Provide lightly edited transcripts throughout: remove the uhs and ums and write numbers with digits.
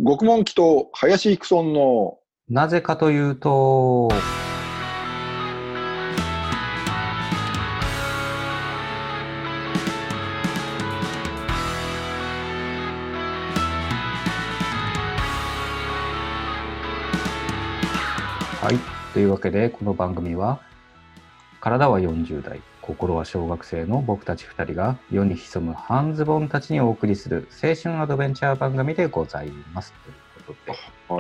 獄門祈祷林ヒクソンのなぜかというと、はい。というわけで、この番組は、体は40代、心は小学生の僕たち2人が世に潜む半ズボンたちにお送りする青春アドベンチャー番組でございます。ということで。 はい。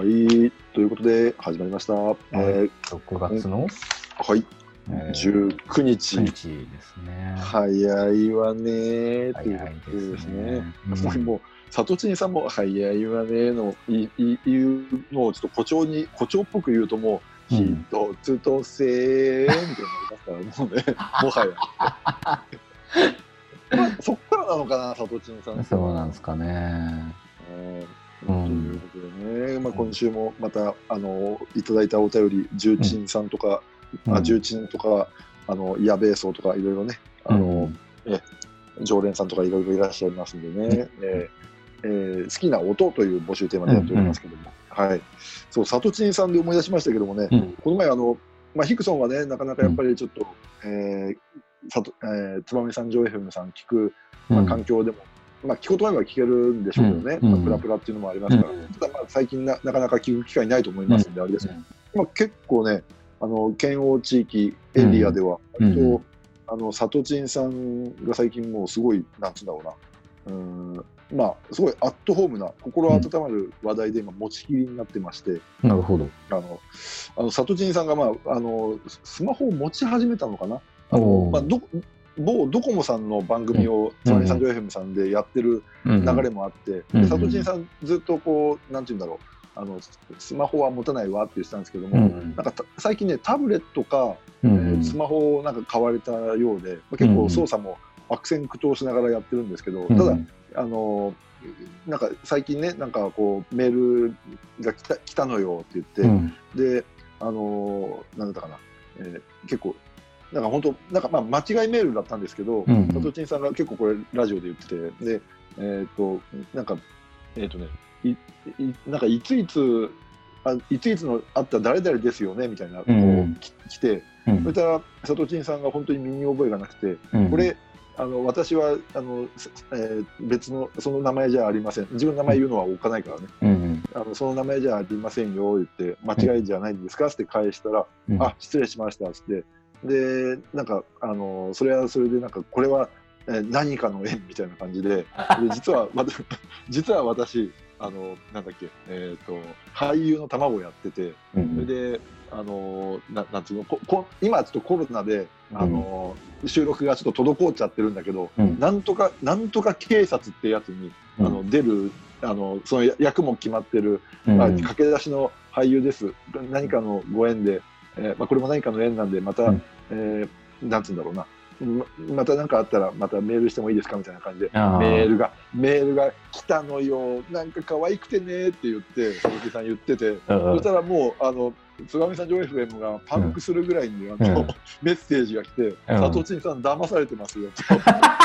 ということで、始まりました。 6月の、 はい。19日。 19日ですね。 早いわねー。 早いですね。 もう、さとちんさんも早いわねーの言うのをちょっと誇張っぽく言うともう、一つとせーみたいになりますから、もうね、もはや。そっからなのかな、さとちんさん。 そうなんですかね。 ということでね、今週もまたいただいたお便り、重鎮さんとか、重鎮とかヤベーソーとかいろいろね、常連さんとかいろいろいらっしゃいますんでね、好きな音という募集テーマでやっておりますけども、はい、そう、さとちんさんで思い出しましたけどもね、この前ヒクソンはね、なかなかやっぱりちょっと、燕三条 FM さん聞く、環境でも、聞こうと思えば聞けるんでしょうけどね、プラプラっていうのもありますから、ただ最近なかなか聞く機会ないと思いますんで、あれですけど、結構ね、県央地域エリアでは、さとちんさんが最近もうすごい、なんつうんだろうな、すごいアットホームな、心温まる話題で今持ちきりになってまして、 なるほど。 さとちんさんが、スマホを持ち始めたのかな。某ドコモさんの番組を燕三条 FM さんでやってる流れもあって、さとちんさんずっとこう、なんていうんだろう、スマホは持たないわって言ってたんですけども、なんか最近ね、タブレットか、スマホをなんか買われたようで、結構操作も悪戦苦闘しながらやってるんですけど、ただなんか最近ね、なんかこうメールが来たのよって言って、でなんだったかな、結構なんか本当なんか間違いメールだったんですけど、さとちんさんが結構これラジオで言ってて、でなんかなんかいついつのあった誰々ですよねみたいなこう来て、そしたらさとちんさんが本当に身に覚えがなくて、これ私は別のその名前じゃありません、自分の名前言うのは置かないからね、その名前じゃありませんよ言って間違いじゃないんですかって返したら、あ、失礼しましたって、でなんかそれはそれでなんかこれは何かの縁みたいな感じで、実は私なんだっけ、俳優の卵をやってて、それでなんつうの、今ちょっとコロナで収録がちょっと滞っちゃってるんだけど、なんとか警察ってやつに出るその役も決まってる、駆け出しの俳優です、何かのご縁で、これも何かの縁なんでまた、なんつうんだろうな、また何かあったらまたメールしてもいいですかみたいな感じでメールが来たのよ、なんか可愛くてねって言って佐々木さん言ってて、そしたらもう燕三条 FM がパンクするぐらいにメッセージが来て、さとちんさん騙されてますよと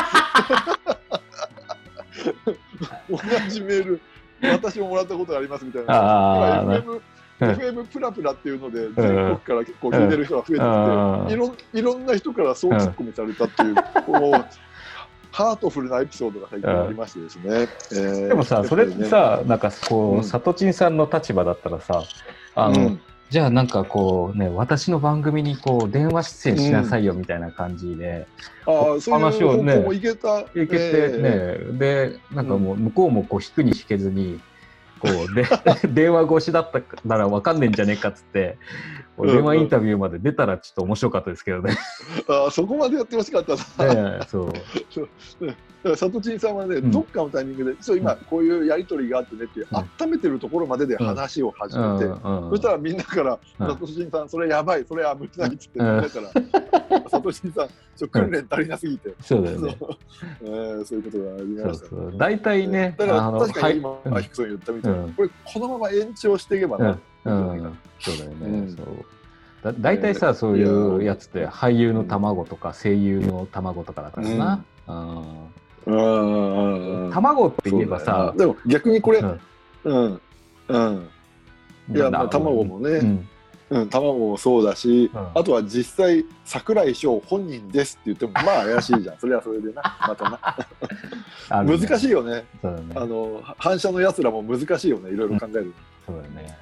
同じメール私ももらったことがありますみたいな、FM プラプラっていうので全国から結構聞いてる人が増えてきて、いろんな人からそうツッコミされたっていう、ハートフルなエピソードが最近ありましてですね。 でもさ、それってさ、なんかこうさとちんさんの立場だったらさ、じゃあなんかこうね、私の番組にこう電話出演しなさいよみたいな感じで、 話をね、いけてね、でなんかもう向こうもこう引くに引けずに。こうで電話越しだったなら分かんねえんじゃねえかっつって電話インタビューまで出たらちょっと面白かったですけどね。 そこまでやってほしかったな。そうさとちんさんはね、どっかのタイミングで今こういうやり取りがあってねって温めてるところまでで話を始めて、そしたらみんなからさとちんさんそれやばい、それ危ないっつってみんなからさとちんさん訓練足りなすぎて、 そうだよね。 そういうことがありましたね。 大体ね、 だから確かに今ヒクソン言ったみたいにこれこのまま延長していけばな。 そうだよね。大体さ、そういうやつって俳優の卵とか声優の卵とかだからな。卵って言えばさ、 でも逆にこれ、 うん。いや、まあ、卵もね、卵もそうだし、あとは実際、櫻井翔本人ですって言っても、まあ怪しいじゃん。それはそれでな、またな。難しいよね。反射のやつらも難しいよね、いろいろ考える。 そうだね。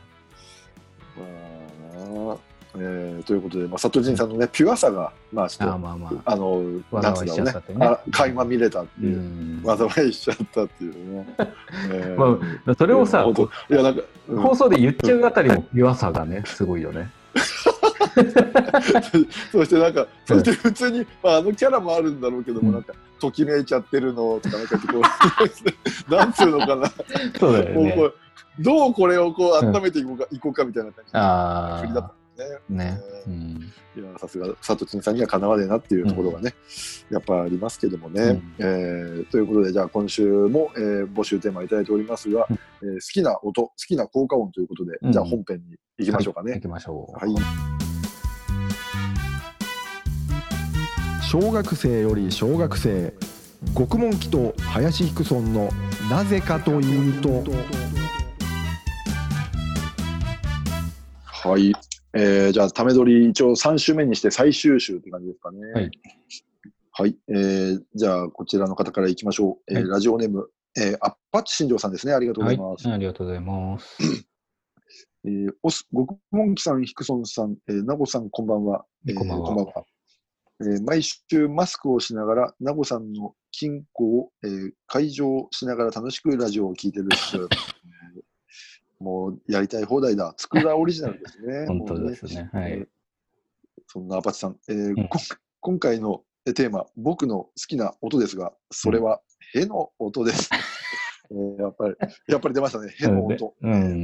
ということで、佐藤仁さんのね、ピュアさが、ちょっと、なんつうんだろうね、垣間見れたっていう、災いしちゃったっていうね。 それをさ、放送で言っちゃうあたりもピュアさがね、すごいよね。 そしてそして普通に、キャラもあるんだろうけども、ときめいちゃってるのとか、なんつうのかな。 そうだよね。 どうこれをこう温めていこうかみたいな感じの振りだったね。いや、さすが佐藤仁さんにはかなわねえなっていうところがね、やっぱありますけどもね。ということで、じゃあ今週も募集テーマいただいておりますが、好きな音、好きな効果音ということで、じゃあ本編に行きましょうかね。 行きましょう。 はい。小学生より小学生、獄門祈祷林ヒクソンのなぜかというと。はい。じゃあ、ため撮り一応3週目にして最終週って感じですかね。はい。はい。じゃあ、こちらの方からいきましょう。ラジオネーム、アッパッチ新庄さんですね。ありがとうございます。 ありがとうございます。 獄門祈さん、ヒクソンさん、ナゴさん、こんばんは。こんばんは。毎週マスクをしながら、ナゴさんの金庫を、解錠しながら楽しくラジオを聞いてるっす。もうやりたい放題だ。つくらオリジナルですね。 本当ですね。はい。 そんなアパチさん、今回のテーマ、僕の好きな音ですが、それはへの音です。やっぱり出ましたね。への音。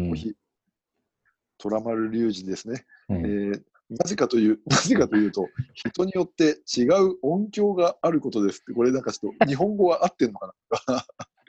虎丸隆二ですね。なぜかというと、人によって違う音響があることです。これちょっと日本語は合ってんのかな。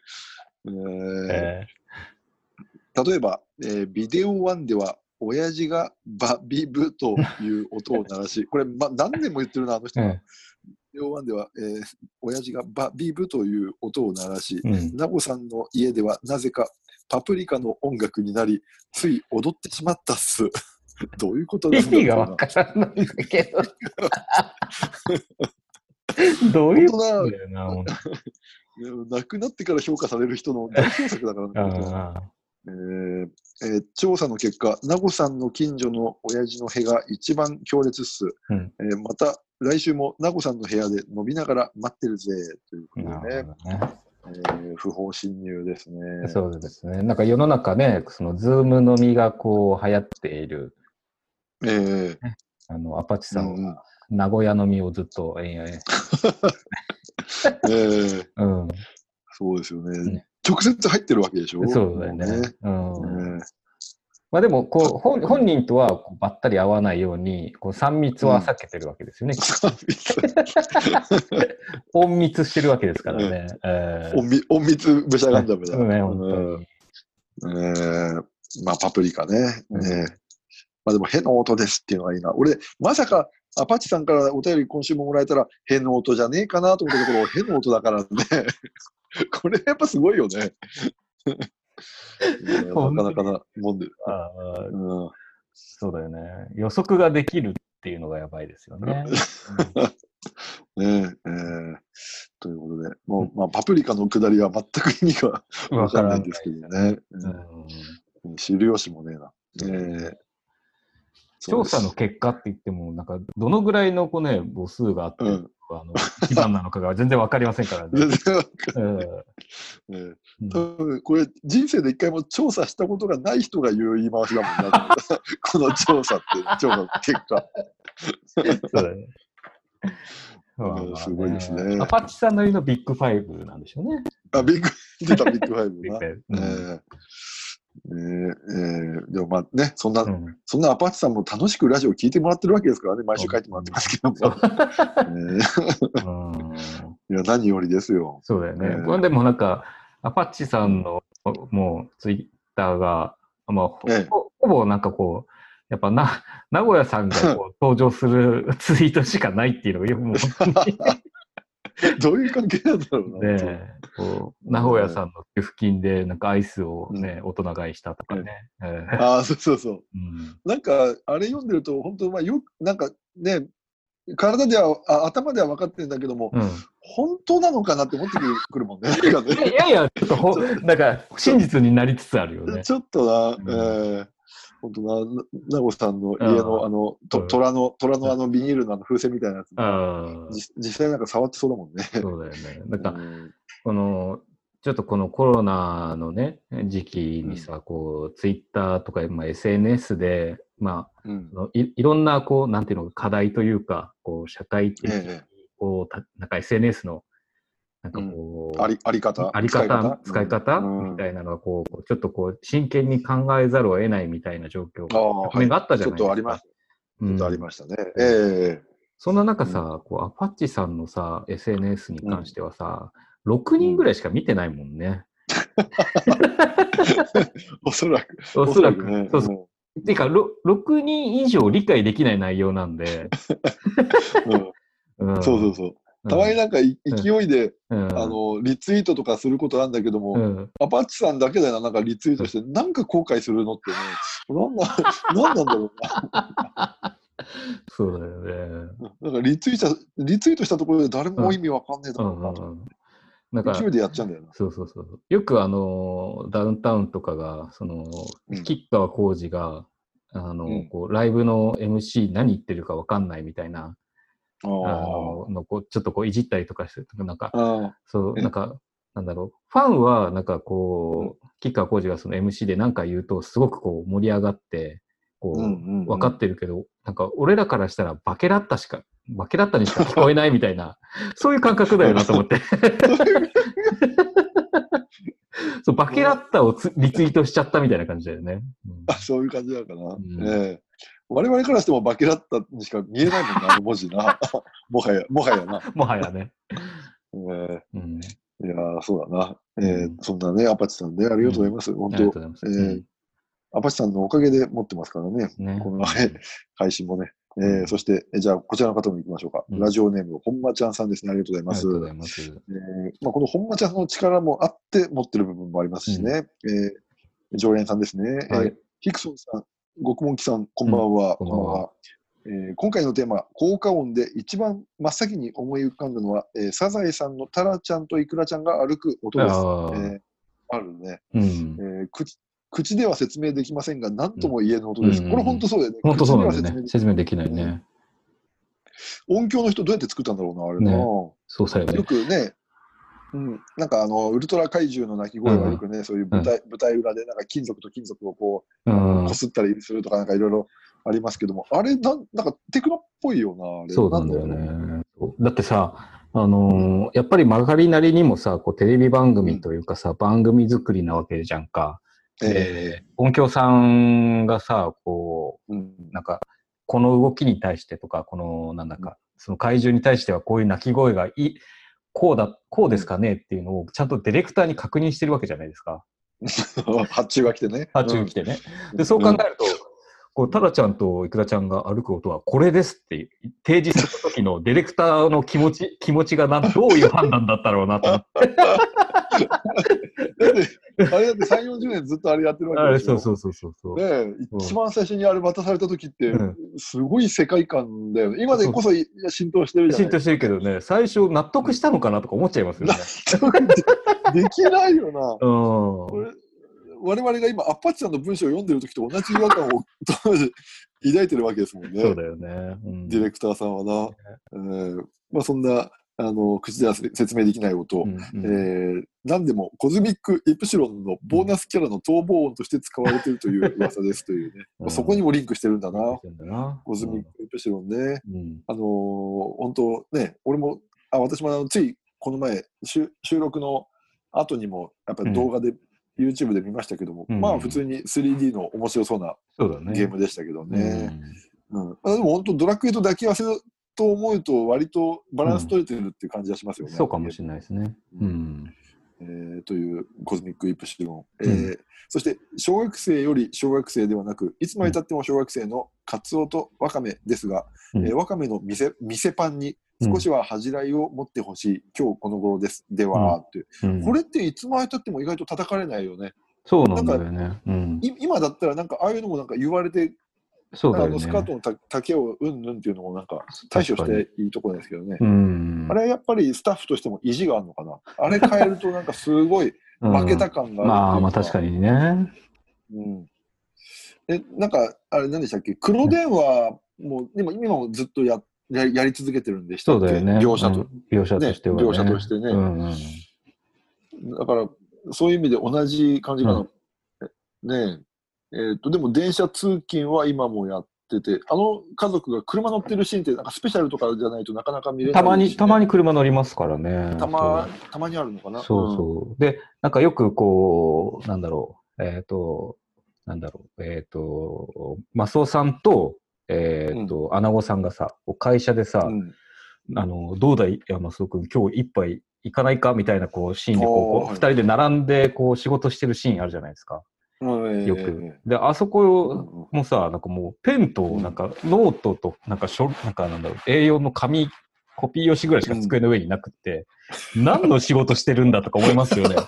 例えば、ビデオ1では親父がバビブという音を鳴らし、これ、何年も言ってるな、あの人が。ビデオ1では、親父がバビブという音を鳴らし、ナゴさんの家ではなぜかパプリカの音楽になり、つい踊ってしまったっす。どういうことなんだろうな。 意味がわからないんだけど。どういうことだよな。 亡くなってから評価される人の代表作だからな。調査の結果、ナゴさんの近所の親父の部が一番強烈っす。また来週もナゴさんの部屋で飲みながら待ってるぜということでね。不法侵入ですね。 そうですね。世の中ね、そのズーム飲みがこう流行っている。アパチさんは名古屋飲みをずっとそうですよね。直接入ってるわけでしょ。 そうだよね。でも本人とはばったり会わないように3密は避けてるわけですよね。隠密してるわけですからね。 隠密ぶしゃがんだめだ。パプリカね。でもへの音ですっていうのがいいな。俺まさかアパッチさんからお便り今週ももらえたらへの音じゃねえかなと思ったところへの音だからね。これやっぱすごいよね。なかなかなもんで。 そうだよね。予測ができるっていうのがやばいですよね。 ということで、もうパプリカのくだりは全く意味がわからないんですけどね。知る由もねえな。 調査の結果って言っても、どのぐらいの母数があって、一番なのかが全然わかりませんからね。全然わかんない。 多分これ、人生で一回も調査したことがない人が言う言い回しだもんな。この調査って、調査の結果。 そうだね。 すごいですね。 アパッチさんなりのビッグファイブなんでしょうね。 ビッグファイブな。でもそんなアパッチさんも楽しくラジオ聞いてもらってるわけですからね、毎週書いてもらってますけども。いや、何よりですよ。 そうだよね。これでもアパッチさんのもうツイッターが、ほぼやっぱ名古屋さんが登場するツイートしかないっていうのがもう本当にどういう関係なんだろうな。 ね、こう名古屋さんの給付金でなんかアイスをね、大人買いしたとかね。 ああ、そうそうそう。なんか、あれ読んでると、本当、なんかね、体では、頭では分かってるんだけども、本当なのかなって思ってくるもんね。 いやいや、ちょっとなんか真実になりつつあるよね。 ちょっとな、本当な、名護さんの家の虎のビニールの風船みたいなやつ、実際なんか触ってそうだもんね。 そうだよね。なんか、ちょっとこのコロナのね、時期にさ、こう、ツイッターとか、SNS で、いろんな、こう、なんていうの、課題というか、こう、社会的に、こう、なんか SNS の、なんかこう、 あり方使い方みたいなのが、こう、ちょっとこう、真剣に考えざるを得ないみたいな状況があったじゃないですか。 ちょっとありましたね。 そんな中さ、こう、アパッチさんのさ、SNS に関してはさ、6人ぐらいしか見てないもんね。 おそらく。 そうそう。てか、6人以上理解できない内容なんで。 そう。たまになんか勢いで、リツイートとかすることあるんだけども、アパッチさんだけだよな、なんかリツイートして、なんか後悔するのってね、なんなんだろうな。 そうだよね。 なんかリツイートしたところで誰も意味わかんねえだろうなと。なんか勢いでやっちゃうんだよな。 そう。よくダウンタウンとかが、吉川晃司が、こうライブの MC 何言ってるかわかんないみたいな、こうちょっとこういじったりとかして、なんか、なんか、なんだろう、ファンは、なんかこう、吉川晃司がその MC で何か言うと、すごくこう盛り上がって、こう、分かってるけど、なんか俺らからしたらバケラッタにしか聞こえないみたいな、そういう感覚だよなと思って。そう、バケラッタをリツイートしちゃったみたいな感じだよね。 そういう感じだかな。我々からしてもバケラッタにしか見えないもんな、あの文字な。もはやな。 もはやね。 いやそうだな。そんなね、アパチさんね、ありがとうございます。本当、アパチさんのおかげで持ってますからね。この配信もね。そして、じゃあ、こちらの方も行きましょうか。ラジオネーム、本間ちゃんさんですね。ありがとうございます。この本間ちゃんの力もあって持ってる部分もありますしね。常連さんですね。ヒクソンさん、極門記さん、こんばんは。今回のテーマ、効果音で一番真っ先に思い浮かんだのは、サザエさんのタラちゃんとイクラちゃんが歩く音です。あるね。口では説明できませんが、何とも言えぬ音です。これ本当そうだよね。 本当そうなんだよね。説明できないね。 音響の人どうやって作ったんだろうな、あれな。 そうさよね。 よくね、なんかウルトラ怪獣の鳴き声はよくね、そういう舞台裏でなんか金属と金属をこう、こすったりするとかなんかいろいろありますけども、あれなんかテクノっぽいよな、あれ。 そうなんだよね。だってさ、やっぱり曲がりなりにもさ、こうテレビ番組というかさ、番組作りなわけじゃんか。音響さんがさ、こう、なんか、この動きに対してとか、この、なんだか、その怪獣に対してはこういう鳴き声がこうですかねっていうのをちゃんとディレクターに確認してるわけじゃないですか。 発注が来てね。 発注が来てね。で、そう考えると、こうタラちゃんとイクラちゃんが歩く音はこれですって提示する時のディレクターの気持ちがどういう判断だったろうなと思って。 あれだって3、40年ずっとあれやってるわけでしょ。 そう。 一番最初にあれ渡された時って、すごい世界観だよね。今でこそ浸透してるじゃない。 浸透してるけどね、最初納得したのかなとか思っちゃいますよね。 納得できないよな。我々が今、アッパッチさんの文章を読んでる時と同じ違和感を当時抱いてるわけですもんね。 そうだよね。 ディレクターさんはな。そんな、口では説明できない音、何でもコズミック・イプシロンのボーナスキャラの逃亡音として使われているという噂ですというね、そこにもリンクしてるんだな、コズミック・イプシロンね。本当ね、私もついこの前、収録の後にもやっぱり動画で、YouTube で見ましたけども、普通に 3D の面白そうなゲームでしたけどね。でも本当ドラクエと抱き合わせと思うと割とバランス取れてるっていう感じがしますよね。 そうかもしれないですね。 というコズミック・イプシロン。そして小学生より小学生ではなく、いつまでたっても小学生のカツオとワカメですが、ワカメの店パンに少しは恥じらいを持ってほしい、今日この頃です。では、っていう、これっていつまでたっても意外と叩かれないよね。 そうなんだよね。 今だったらなんかああいうのもなんか言われて、 そうだよね、 スカートの丈をうんぬんっていうのもなんか対処していいところですけどね。あれやっぱりスタッフとしても意地があるのかな。あれ変えるとなんかすごい負けた感があるっていうか。 まあ確かにね。 なんかあれ何でしたっけ、黒電話も今もずっとやり続けてるんでしたっけ。 そうだよね。 描写としてはね。 描写としてね。 だからそういう意味で同じ感じかな。ねえ。でも電車通勤は今もやってて、家族が車乗ってるシーンってなんかスペシャルとかじゃないとなかなか見れないし、ね、 たまに車乗りますからね。 たまにあるのかな。 そうそう。で、なんかよくこう、マスオさんと、アナゴさんがさ、会社でさ、どうだい、マスオ君、今日一杯行かないかみたいなこうシーンで二人で並んでこう仕事してるシーンあるじゃないですか。よく。で、あそこもさ、なんかもうペンと、なんかノートと、なんかA4 の紙、コピー用紙ぐらいしか机の上になくって、何の仕事してるんだとか思いますよね。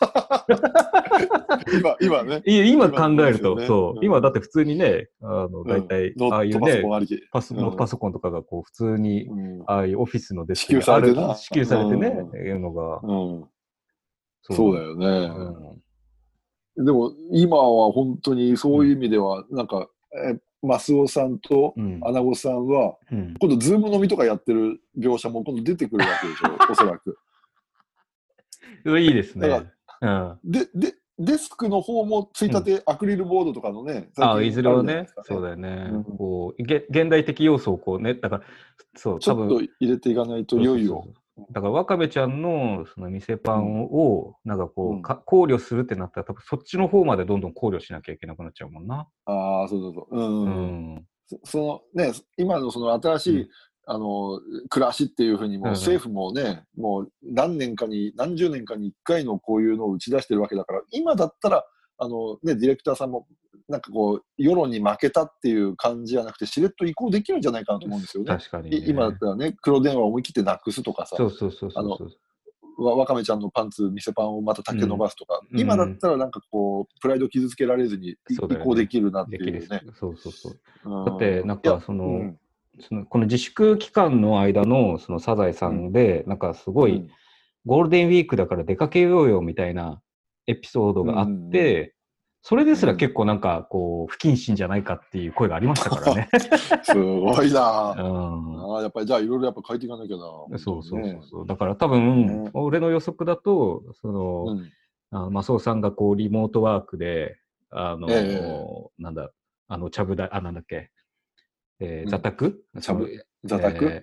今ね。 今考えると、そう。今だって普通にね、大体、ああいうね、パソコンとかがこう普通に、ああいうオフィスのデスクに支給されてね、いうのが。 そうだよね。でも今は本当にそういう意味では、なんか、マスオさんとアナゴさんは、今度ズーム飲みとかやってる描写も今度出てくるわけでしょ、おそらく。 いいですね。 デスクの方もついたてアクリルボードとかのね、 いずれはね、そうだよね。こう現代的要素をこうね、だからそうちょっと入れていかないといよいよ。 だからワカメちゃんのその店パンをなんかこう考慮するってなったら多分そっちの方までどんどん考慮しなきゃいけなくなっちゃうもんな。 ああ、そう。そのね、今のその新しい暮らしっていうふうにも政府もね、もう何十年かに1回のこういうのを打ち出してるわけだから、今だったらディレクターさんもなんかこう世論に負けたっていう感じじゃなくてしれっと移行できるんじゃないかなと思うんですよね。 確かに、 今だったらね、黒電話を思い切ってなくすとかさ、ワカメちゃんのパンツ、店パンをまた丈伸ばすとか、今だったらなんかこうプライド傷つけられずに移行できるなっていうね。 だってなんかこの自粛期間の間のそのサザエさんで、なんかすごいゴールデンウィークだから出かけようよみたいなエピソードがあって、それですら結構なんかこう不謹慎じゃないかっていう声がありましたからね。 すごいな。やっぱりじゃあいろいろやっぱ変えていかなきゃな。 そう。だから多分、俺の予測だと、マスオさんがこうリモートワークで、なんだ、ちゃぶ台、なんだっけ、座卓座卓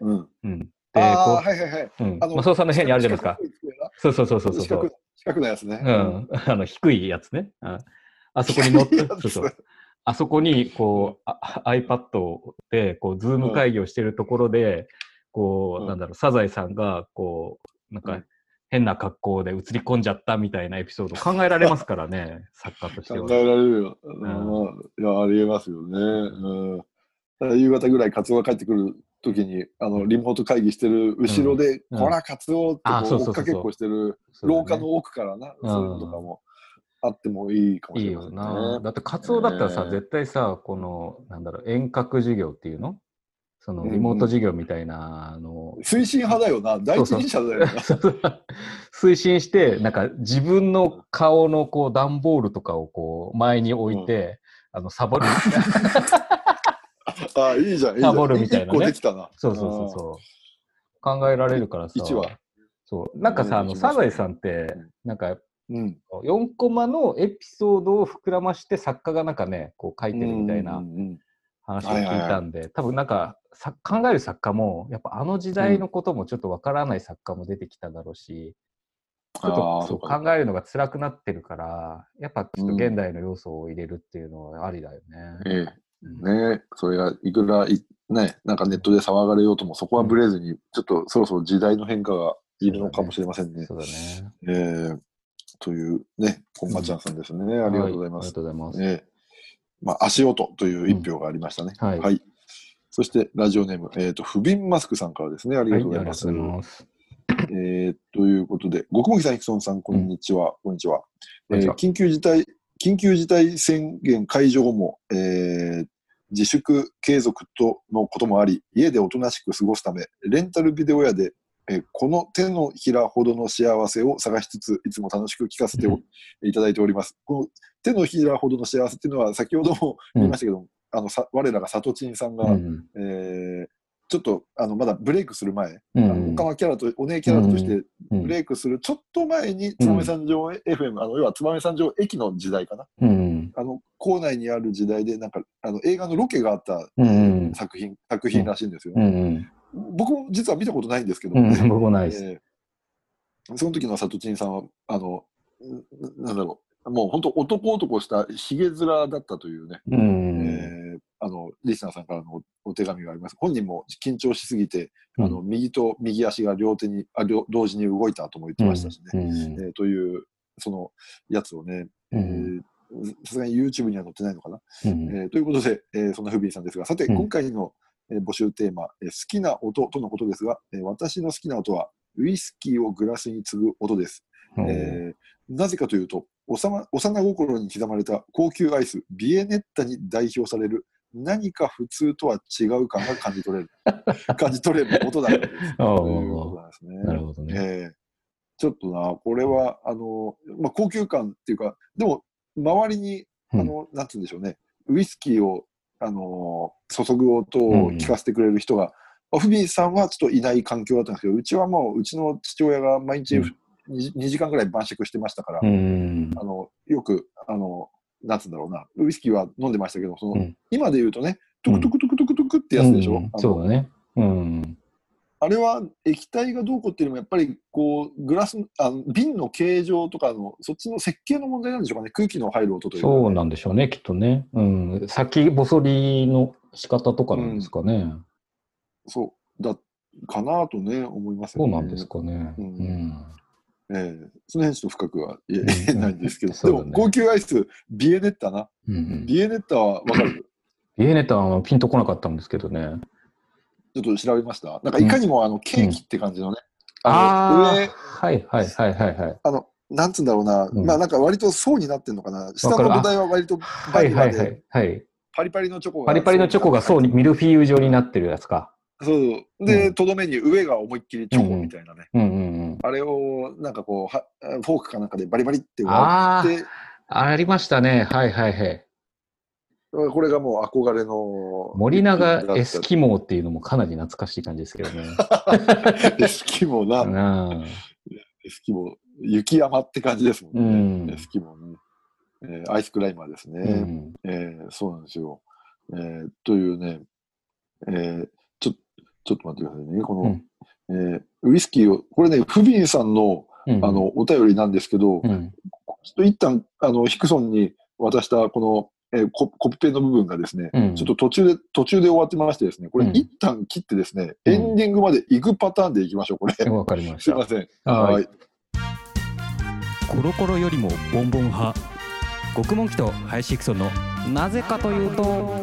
マスオさんの部屋にあるじゃないですか。そう。 四角のやつね。 低いやつね。あそこに乗って、あそこに、こう、iPad で、こう、ズーム会議をしてるところで、こう、サザエさんが、こう、なんか、変な格好で映り込んじゃったみたいなエピソード考えられますからね、作家としては。 考えられるよ。いや、ありえますよね。夕方ぐらいカツオが帰ってくるときにリモート会議してる後ろで、こらカツオって追っかけっこしてる廊下の奥からな、そういうのとかもあってもいいかもしれないですね。 だってカツオだったらさ、絶対さ、この遠隔授業っていうの、そのリモート授業みたいな推進派だよな、第一人者だよな。 推進してなんか自分の顔のこう段ボールとかをこう前に置いて、サボる。 いいじゃん。 サボるみたいなね。そう。考えられるからさ。なんかさ、サザエさんって、なんか、4コマのエピソードを膨らまして作家がなんかね、こう書いてるみたいな話を聞いたんで、多分なんか考える作家も、やっぱ時代のこともちょっとわからない作家も出てきただろうし、ちょっと考えるのが辛くなってるから、やっぱちょっと現代の要素を入れるっていうのはありだよね。 それがいくらね、なんかネットで騒がれようともそこはブレずに、ちょっとそろそろ時代の変化がいるのかもしれませんね。 そうだね。 というね、本間ちゃんさんですね。ありがとうございます。 ありがとうございます。 足音という一票がありましたね。はい。 そしてラジオネーム、不憫マスクさんからですね。ありがとうございます。 はい、ありがとうございます。 ということで、ごくもきさん、ヒクソンさん、こんにちは。こんにちは。緊急事態宣言解除後も、自粛継続とのこともあり、家でおとなしく過ごすため、レンタルビデオ屋で、この手のひらほどの幸せを探しつつ、いつも楽しく聞かせていただいております。この手のひらほどの幸せっていうのは、先ほども言いましたけど、我らがさとちんさんが、ちょっとまだブレイクする前、他のキャラと、お姉キャラとしてブレイクするちょっと前に、燕三条 FM、要は燕三条駅の時代かな。構内にある時代で、なんか映画のロケがあった作品らしいんですよ。僕も実は見たことないんですけど、 僕もないです。 その時のさとちんさんは、なんだろう、もう本当男したひげ面だったというね、リスナーさんからのお手紙があります。本人も緊張しすぎて、右と右足が同時に動いたとも言ってましたしね。という、そのやつをね、さすがに YouTube には載ってないのかな。ということで、そんなふびんさんですが、さて、今回の募集テーマ、好きな音とのことですが、私の好きな音は、ウイスキーをグラスに継ぐ音です。なぜかというと、幼心に刻まれた高級アイス、ビエネッタに代表される、何か普通とは違う感が感じ取れる音だからです。ということなんですね。 なるほどね。 ちょっとな、これは、高級感っていうか、でも、周りに、なんて言うんでしょうね、ウイスキーを、注ぐ音を聞かせてくれる人が、ふびんさんはちょっといない環境だったんですけど、うちはもう、うちの父親が毎日2時間ぐらい晩酌してましたから、よく、なんつうんだろうな、ウイスキーは飲んでましたけど、今で言うとね、トクトクトクトクトクってやつでしょ。 そうだね。 あれは液体がどうこうっていうよりもやっぱりこうグラス瓶の形状とかのそっちの設計の問題なんでしょうかね。空気の入る音というか、ね、 そうなんでしょうね、きっとね。先細りの仕方とかなんですかね。 そうだかなとね思いますよね。 そうなんですかね。 その辺ちょっと深くは言えないんですけど、でも高級アイスビエネッタな、ビエネッタは分かる？ ビエネッタはピンとこなかったんですけどね。 ちょっと調べました。なんかいかにもケーキって感じのね。 上はいはいはいはいなんつうんだろうな、まあなんか割と層になってんのかな。下の土台は割とバニラで、パリパリのチョコが。 パリパリのチョコが層にミルフィーユ状になってるやつか。 そうで、とどめに上が思いっきりチョコみたいなね。あれをなんかこうフォークかなんかでバリバリって割って。 ありましたね。はいはいはい。 これがもう憧れの森永エスキモーっていうのもかなり懐かしい感じですけどね。 エスキモーな。エスキモー、雪山って感じですもんね。エスキモーね。アイスクライマーですね。そうなんですよ。というね、ちょっと待ってくださいね。この、ウイスキーを、これね、フビンさんの、お便りなんですけど、ちょっと一旦、ヒクソンに渡したこの、コピペの部分がですね、ちょっと途中で終わってましてですね、これ一旦切ってですね、エンディングまで行くパターンでいきましょう、これ。 わかりました。 すいません。はい。 コロコロよりもボンボン派、極門記とハイシクソンのなぜかというと、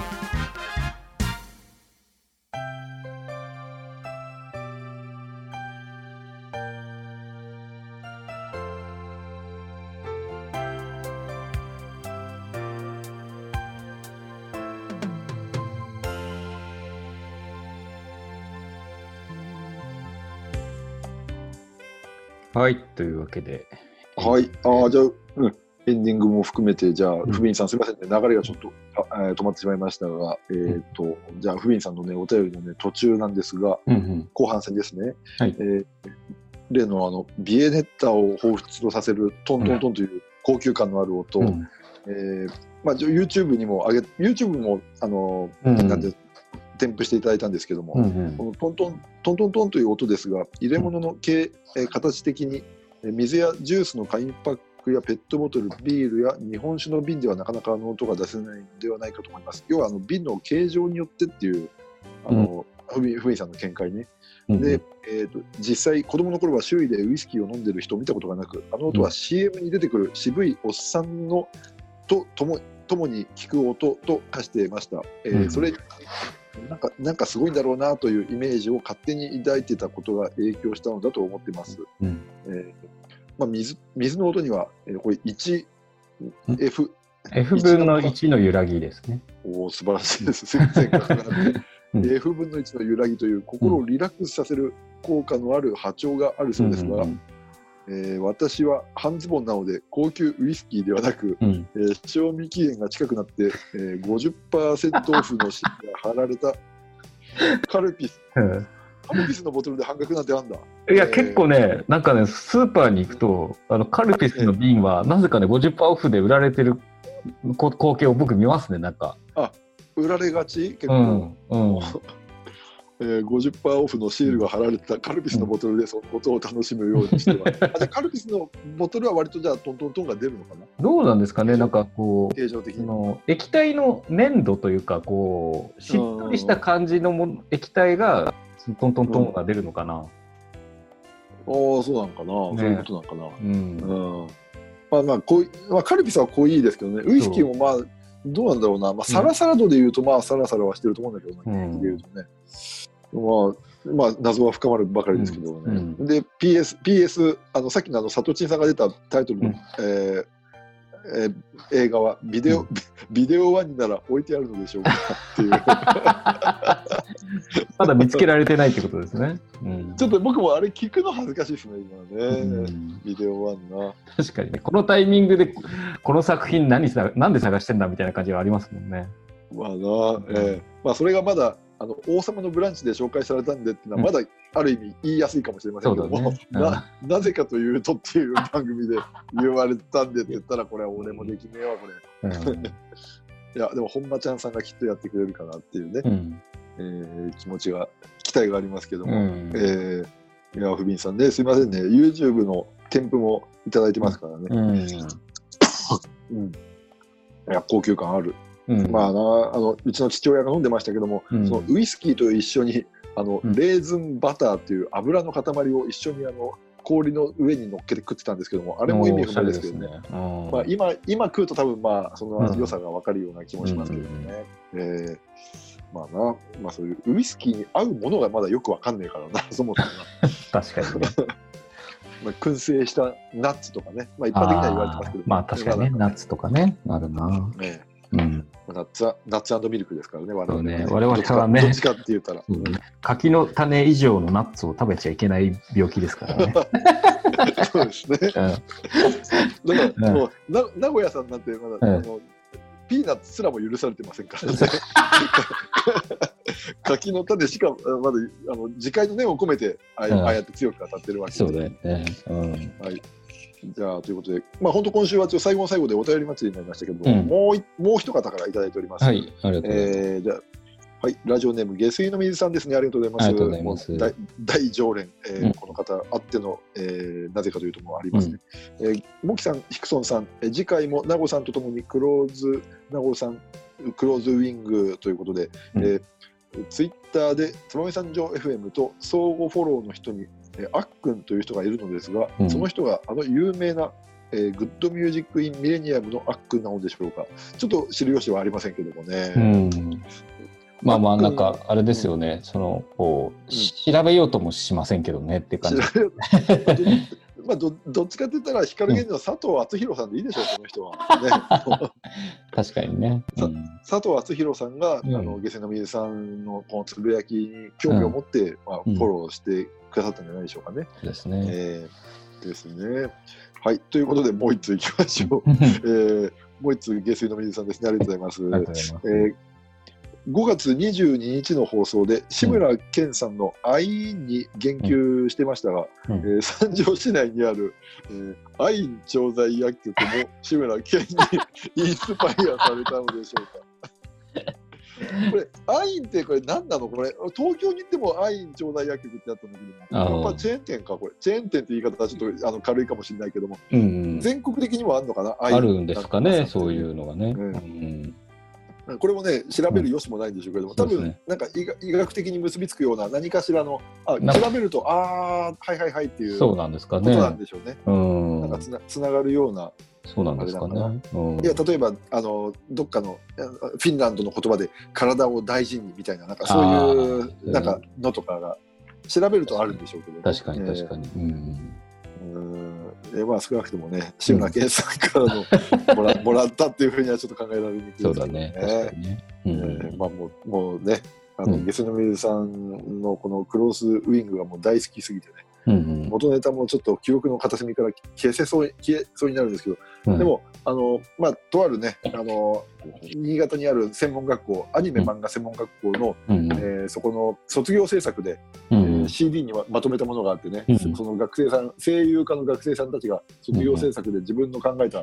はい、というわけで。 はい。じゃあ、エンディングも含めて、じゃあ、フビンさん、すみませんね、流れがちょっと止まってしまいましたが、じゃあ、フビンさんのね、お便りのね、途中なんですが、後半戦ですね。例のビエネッタを彷彿とさせるトントントンという高級感のある音、YouTube にもYouTube も、なんて、添付していただいたんですけども、このトントントントントンという音ですが、入れ物の形的に水やジュースの紙パックやペットボトル、ビールや日本酒の瓶ではなかなか音が出せないのではないかと思います。要は瓶の形状によってっていうふみさんの見解ね。で、実際子供の頃は周囲でウイスキーを飲んでる人を見たことがなく、あの音は CM に出てくる渋いおっさんのともに聞く音と化していました。それなんかすごいんだろうなというイメージを勝手に抱いてたことが影響したのだと思ってます。水の音には、これ 1F 分の1の揺らぎですね。 素晴らしいです。全然かかってF 分の1の揺らぎという心をリラックスさせる効果のある波長があるそうですが、私は半ズボンなので高級ウイスキーではなく、賞味期限が近くなって、50% オフのシールが貼られたカルピスのボトルで半額なんてあんだ。 いや、結構ね、なんかね、スーパーに行くとカルピスの瓶はなぜかね 50% オフで売られてる光景を僕見ますね。なんか売られがち結構、50% オフのシールが貼られたカルピスのボトルでそのことを楽しむようにしてます。じゃあカルピスのボトルは割とじゃあトントントンが出るのかな。どうなんですかね。なんかこう形状的に液体の粘度というかこうしっとりした感じの液体がトントントンが出るのかな。 そうなんかな、そういうことなんかな。カルピスは濃いですけどね。ウイスキーもどうなんだろうな。サラサラ度でいうとサラサラはしてると思うんだけどね。謎は深まるばかりですけどね。で PS さっきのサトチンさんが出たタイトルの、映画はビデオ1になら置いてあるのでしょうかっていうまだ見つけられてないってことですね。 ちょっと僕もあれ聞くの恥ずかしいですね今ね。ビデオ1な。 確かにね、このタイミングでこの作品なんで探してんだみたいな感じはありますもんね。 それがまだ王様のブランチで紹介されたんでっていうのはまだある意味言いやすいかもしれませんけども、なぜかというとっていう番組で言われたんでって言ったらこれは俺もできねえわこれ。いやでも本間ちゃんさんがきっとやってくれるかなっていうね、期待がありますけども、いやふびんさんねすいませんね YouTube の添付もいただいてますからね。いや高級感ある。うちの父親が飲んでましたけども、そのウイスキーと一緒にレーズンバターという油の塊を一緒に氷の上に乗っけて食ってたんですけども、あれも意味不明ですけどね。今食うと多分その良さが分かるような気もしますけどね。そういうウイスキーに合うものがまだよく分かんねえからなそもそもな。確かにね。 燻製したナッツとかね、一般的には言われてますけど、 確かにね、ナッツとかねあるな。 ナッツ&ミルクですからね、我々 はね。 どっちかって言ったら。 柿の種以上のナッツを食べちゃいけない病気ですからね。 そうですね。だからもう名古屋さんなんてまだピーナッツすらも許されてませんからね。柿の種しかまだ自戒の念を込めてああやって強く当たってるわけです。 そうだよね。 じゃあということで、本当今週は最後の最後でお便り祭りになりましたけども、もう一方からいただいております。 はい、ありがとうございます。 じゃあラジオネーム下水の水さんですね。ありがとうございます。 ありがとうございます。 大常連、この方あっての、なぜかというともありますね。モキさん、ヒクソンさん、次回もナゴさんとともにクローズウィングということで、ツイッターでつばめ三条 FM と相互フォローの人にあっくんという人がいるのですが、その人が有名なグッドミュージックインミレニアムのあっくんなのでしょうか。ちょっと知る由はありませんけどもね。 なんかあれですよね。調べようともしませんけどねって感じ。 どっちかって言ったら光源氏の佐藤敦弘さんでいいでしょう、この人は。 確かにね。 佐藤敦弘さんが下水の水さんのこのつぶやきに興味を持ってフォローしてくださったんじゃないでしょうかね。 ですね。 ですね。はい、ということでもう一ついきましょう。もう一つ下水の水さんですね。ありがとうございます。5月22日の放送で志村けんさんの愛に言及してましたが、三条市内にある、アイン調剤薬局も志村けんにインスパイアされたのでしょうか。これアインってこれ何なの？これ東京に行ってもアイン調剤薬局ってあったんだけども、やっぱチェーン店かこれ。チェーン店って言い方はちょっと軽いかもしれないけども、全国的にもあるのかな？ あるんですかね、そういうのがね。 これもね調べるよしもないんでしょうけども、多分なんか医学的に結びつくような何かしらの調べるとはいはいはいっていうそうなんですかね。 ことなんでしょうね。なんかつながるようなそうなんですかね。 いや例えばどっかのフィンランドの言葉で体を大事にみたいな、なんかそういうなんかのとかが調べるとあるんでしょうけど、 確かに確かに。 まあ少なくともね、志村けんさんからのもらったっていうふうにはちょっと考えられにくいですけどね。 そうだね。確かにね。 まあもうね、ゲスの水さんのこのクロスウイングがもう大好きすぎてね、元ネタもちょっと記憶の片隅から消えそうになるんですけど、でもまあとあるね新潟にある専門学校、アニメ漫画専門学校の、そこの卒業制作で、CD にまとめたものがあってね、その学生さん、声優科の学生さんたちが卒業制作で自分の考えた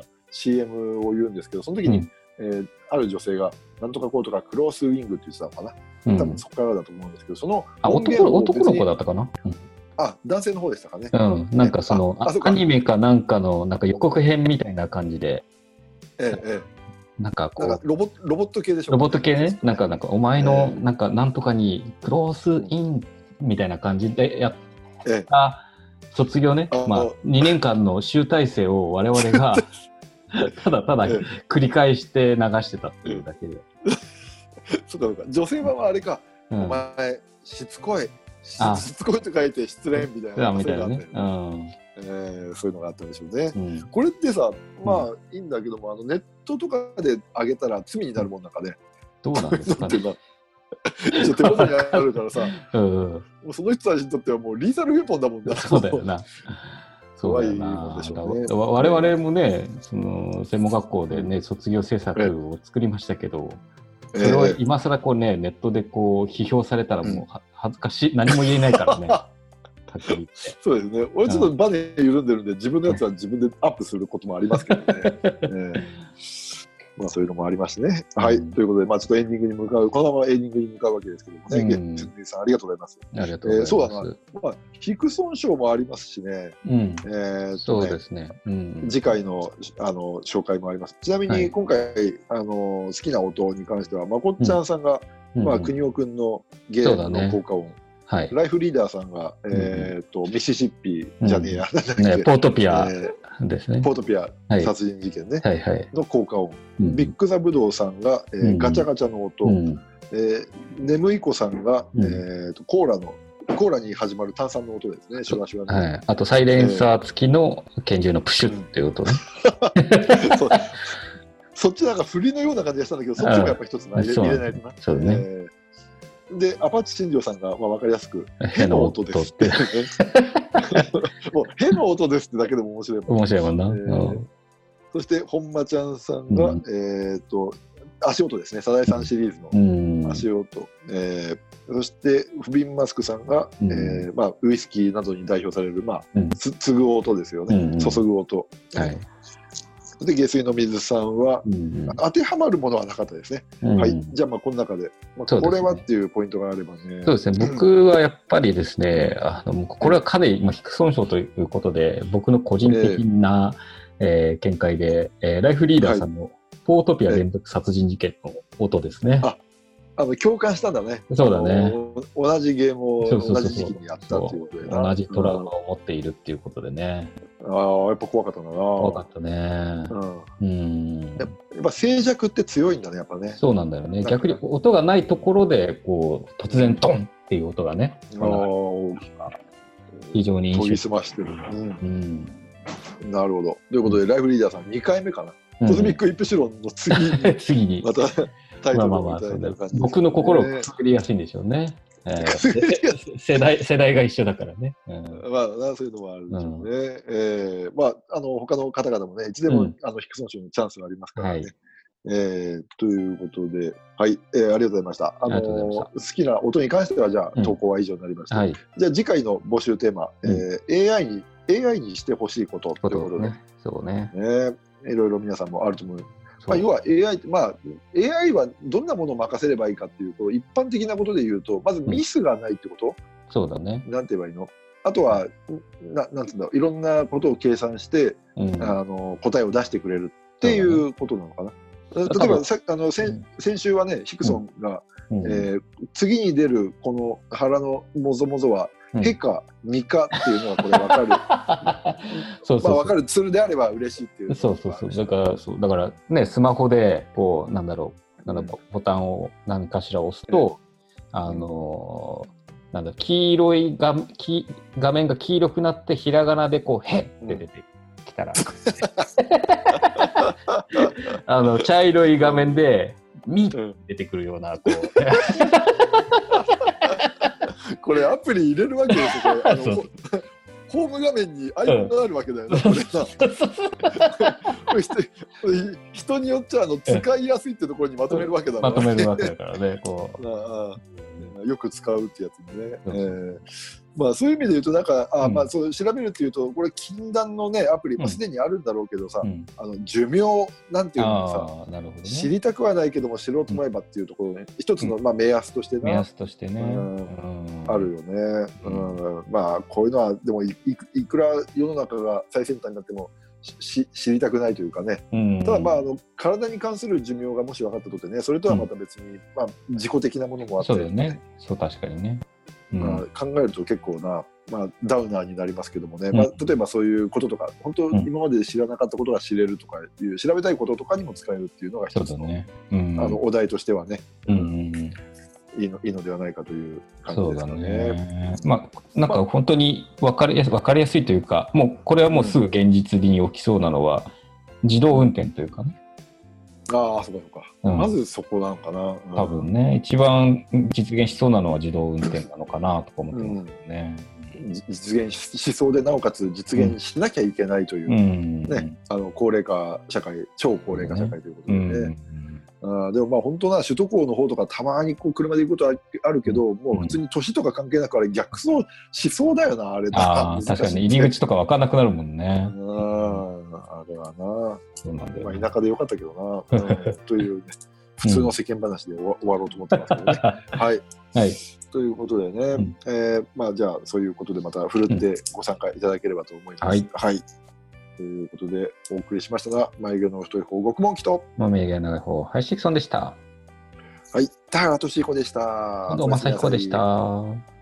CM を言うんですけど、その時に、ある女性がなんとかこうとかクロスウイングって言ってたのかな、多分そこからだと思うんですけど、その男の子だったかな。 男性の方でしたかね。 なんかそのアニメかなんかのなんか予告編みたいな感じで、なんかこうロボット系でしょ。 ロボット系ね。なんかお前のなんとかにクロースインみたいな感じでやった卒業ね。まあ2年間の集大成を我々がただ繰り返して流してたっていうだけで。 そうか。女性版はあれか。お前しつこいと書いて失恋みたいな。そういうのがあったんでしょうね。これってさ、まあいいんだけども、ネットとかで上げたら罪になるもんなんかね。 どうなんですかね。 手元にあるからさ、もうその人たちにとってはもうリーサルウェポンだもんな。 そうだよな。怖いもんでしょうね。我々もね、その専門学校でね、卒業制作を作りましたけど、それを今更こうね、ネットでこう批評されたらもう恥ずかしい、何も言えないからね。 そうですね。俺ちょっとバネ緩んでるんで、自分のやつは自分でアップすることもありますけどね。まあそういうのもありましてね。はい。ということで、まあちょっとエンディングに向かう、このままエンディングに向かうわけですけどもね。ゲッツミさんありがとうございます。 ありがとうございます。 そうだな。まあヒクソン賞もありますしね。 そうですね。 次回の紹介もあります。ちなみに今回好きな音に関しては、まこっちゃんさんがまあ国尾くんのゲームの効果音。ライフリーダーさんがミシシッピじゃねえや、 ポートピアですね。 ポートピア殺人事件ねの効果音。ビッグザブドウさんがガチャガチャの音。眠い子さんがコーラに始まる炭酸の音ですね。シュワシュワの。 あとサイレンサー付きの拳銃のプシュっていう音ね。 そっちなんか振りのような感じがしたんだけど、そっちもやっぱ一つ入れないとな。 そうね。 で、アパッチ新庄さんが分かりやすく、への音ですって。もう、への音ですってだけでも面白いもん。 面白いもんな。 そして、本間ちゃんさんが、足音ですね。サザエさんシリーズの足音。そして、フビンマスクさんが、まあ、ウイスキーなどに代表される、まあ、継ぐ音ですよね。注ぐ音。で、下水の水さんは、当てはまるものはなかったですね。はい。じゃあ、まあ、この中で、これはっていうポイントがあればね。 そうですね。僕はやっぱりですね、これはかなりヒクソン賞ということで、僕の個人的な見解で、ライフリーダーさんのポートピア連続殺人事件の音ですね。 共感したんだね。 そうだね。 同じゲームを同じ時期にやったっていうことで。 同じトラウマを持っているっていうことでね。 やっぱ怖かったんだな。 怖かったね。 やっぱ静寂って強いんだね、やっぱね。 そうなんだよね。逆に音がないところで、こう、突然ドンっていう音がね。非常に研ぎ澄ましてる。なるほど。ということで、ライフリーダーさん2回目かな。コズミック・イプシロンの次に。またタイトルみたいな感じ。 僕の心を作りやすいんでしょうね。世代が一緒だからね。 まあ、そういうのもあるでしょうね。まあ、他の方々もね、いつでもヒクソン賞のチャンスがありますからね。ということで、はい、ありがとうございました。好きな音に関しては、じゃあ、投稿は以上になりました。じゃあ、次回の募集テーマ、AI にしてほしいことということで、 そうね。 いろいろ皆さんもあると思う。要は AI って、AI はどんなものを任せればいいかっていうと、一般的なことで言うと、まずミスがないってこと、 そうだね。 なんて言えばいいの？あとは、なんつうんだろう、いろんなことを計算して、答えを出してくれるっていうことなのかな。例えば先週はね、ヒクソンが、次に出るこの腹のもぞもぞはへかみかっていうのがこれ分かるそうそうそう、 分かるツールであれば嬉しいっていう。 そうだからね、スマホでこうなんだろう、ボタンを何かしら押すと、なんだ、黄色い画面が黄色くなってひらがなでこうへって出てきたら、茶色い画面でみって出てくるようなこう、 これアプリ入れるわけですよ。ホーム画面にアイコンがあるわけだよね。これさ人によっちゃ使いやすいってところにまとめるわけだから、 まとめるわけだからね。こうよく使うってやつにね。まあそういう意味で言うとなんかまあそう調べるっていうとこれ禁断のねアプリすでにあるんだろうけどさ、寿命なんていうのさ、知りたくはないけども知ろうと思えばっていうところね、一つの目安としてね、あるよね。まあこういうのはでもいくら世の中が最先端になっても知りたくないというかね、ただまあ体に関する寿命がもし分かったとってね、それとはまた別に自己的なものもあって、 そうだよね。そう、確かにね。 考えると結構な、ダウナーになりますけどもね、例えばそういうこととか本当今まで知らなかったことが知れるとかいう調べたいこととかにも使えるっていうのが一つの、お題としてはね、いいのではないかという感じですかね。 なんか本当に分かりやすいというか、もうこれはもうすぐ現実に起きそうなのは自動運転というかね。 そうか。まずそこなのかな。 多分ね、一番実現しそうなのは自動運転なのかなとか思ってますけどね。 実現しそうでなおかつ実現しなきゃいけないというね、高齢化社会、超高齢化社会ということでね。でも本当な首都高の方とかたまにこう車で行くことはあるけど、もう普通に年とか関係なくあれ逆走しそうだよな、あれな。 確かに入り口とか分かんなくなるもんね。 あれはな、田舎でよかったけどな、というね、普通の世間話で終わろうと思ってますけどね。はい。ということでね、じゃあそういうことでまたふるってご参加いただければと思います。はい。ということでお送りしましたが、眉毛の太い方獄門記と眉毛の長い方林シクソンでした。 はい、田原俊彦でした。 近藤正彦でした。